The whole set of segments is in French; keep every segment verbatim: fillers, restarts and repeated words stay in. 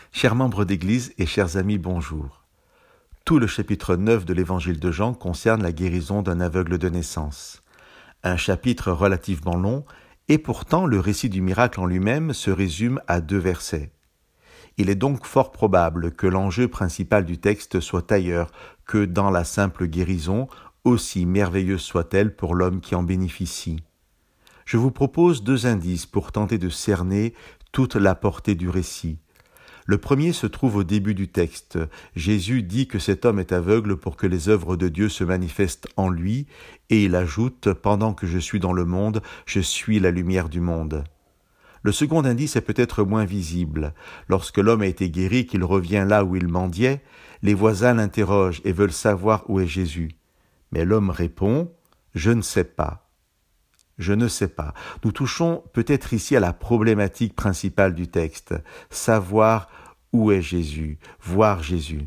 Chers membres d'Église et chers amis, bonjour. Tout le chapitre neuf de l'Évangile de Jean concerne la guérison d'un aveugle de naissance. Un chapitre relativement long, et pourtant le récit du miracle en lui-même se résume à deux versets. Il est donc fort probable que l'enjeu principal du texte soit ailleurs que dans la simple guérison, aussi merveilleuse soit-elle pour l'homme qui en bénéficie. Je vous propose deux indices pour tenter de cerner toute la portée du récit. Le premier se trouve au début du texte. Jésus dit que cet homme est aveugle pour que les œuvres de Dieu se manifestent en lui, et il ajoute « Pendant que je suis dans le monde, je suis la lumière du monde ». Le second indice est peut-être moins visible. Lorsque l'homme a été guéri, qu'il revient là où il mendiait, les voisins l'interrogent et veulent savoir où est Jésus. Mais l'homme répond « Je ne sais pas ». Je ne sais pas. Nous touchons peut-être ici à la problématique principale du texte, savoir où est Jésus, voir Jésus.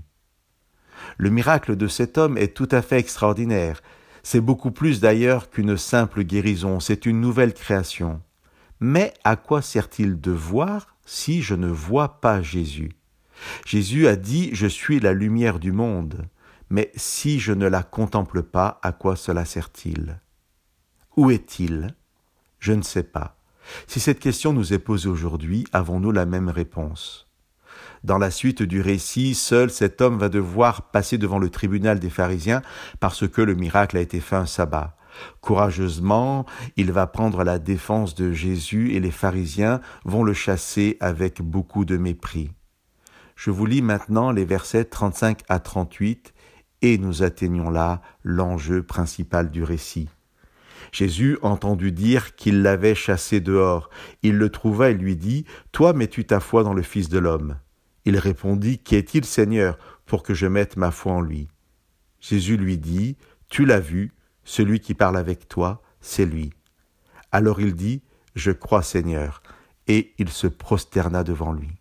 Le miracle de cet homme est tout à fait extraordinaire. C'est beaucoup plus d'ailleurs qu'une simple guérison, c'est une nouvelle création. Mais à quoi sert-il de voir si je ne vois pas Jésus ? Jésus a dit « Je suis la lumière du monde ». Mais si je ne la contemple pas, à quoi cela sert-il ? Où est-il ? Je ne sais pas. Si cette question nous est posée aujourd'hui, avons-nous la même réponse ? Dans la suite du récit, seul cet homme va devoir passer devant le tribunal des pharisiens parce que le miracle a été fait un sabbat. Courageusement, il va prendre la défense de Jésus et les pharisiens vont le chasser avec beaucoup de mépris. Je vous lis maintenant les versets trente-cinq à trente-huit et nous atteignons là l'enjeu principal du récit. Jésus entendit dire qu'il l'avait chassé dehors. Il le trouva et lui dit « Toi mets-tu ta foi dans le Fils de l'homme ?» Il répondit « Qu'est-il, Seigneur, pour que je mette ma foi en lui ?» Jésus lui dit « Tu l'as vu, celui qui parle avec toi, c'est lui. » Alors il dit « Je crois, Seigneur. » Et il se prosterna devant lui.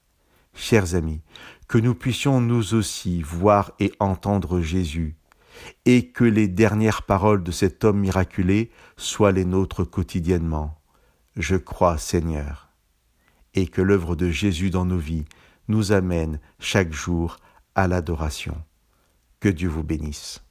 Chers amis, que nous puissions nous aussi voir et entendre Jésus, et que les dernières paroles de cet homme miraculé soient les nôtres quotidiennement. Je crois, Seigneur. Et que l'œuvre de Jésus dans nos vies nous amène chaque jour à l'adoration. Que Dieu vous bénisse.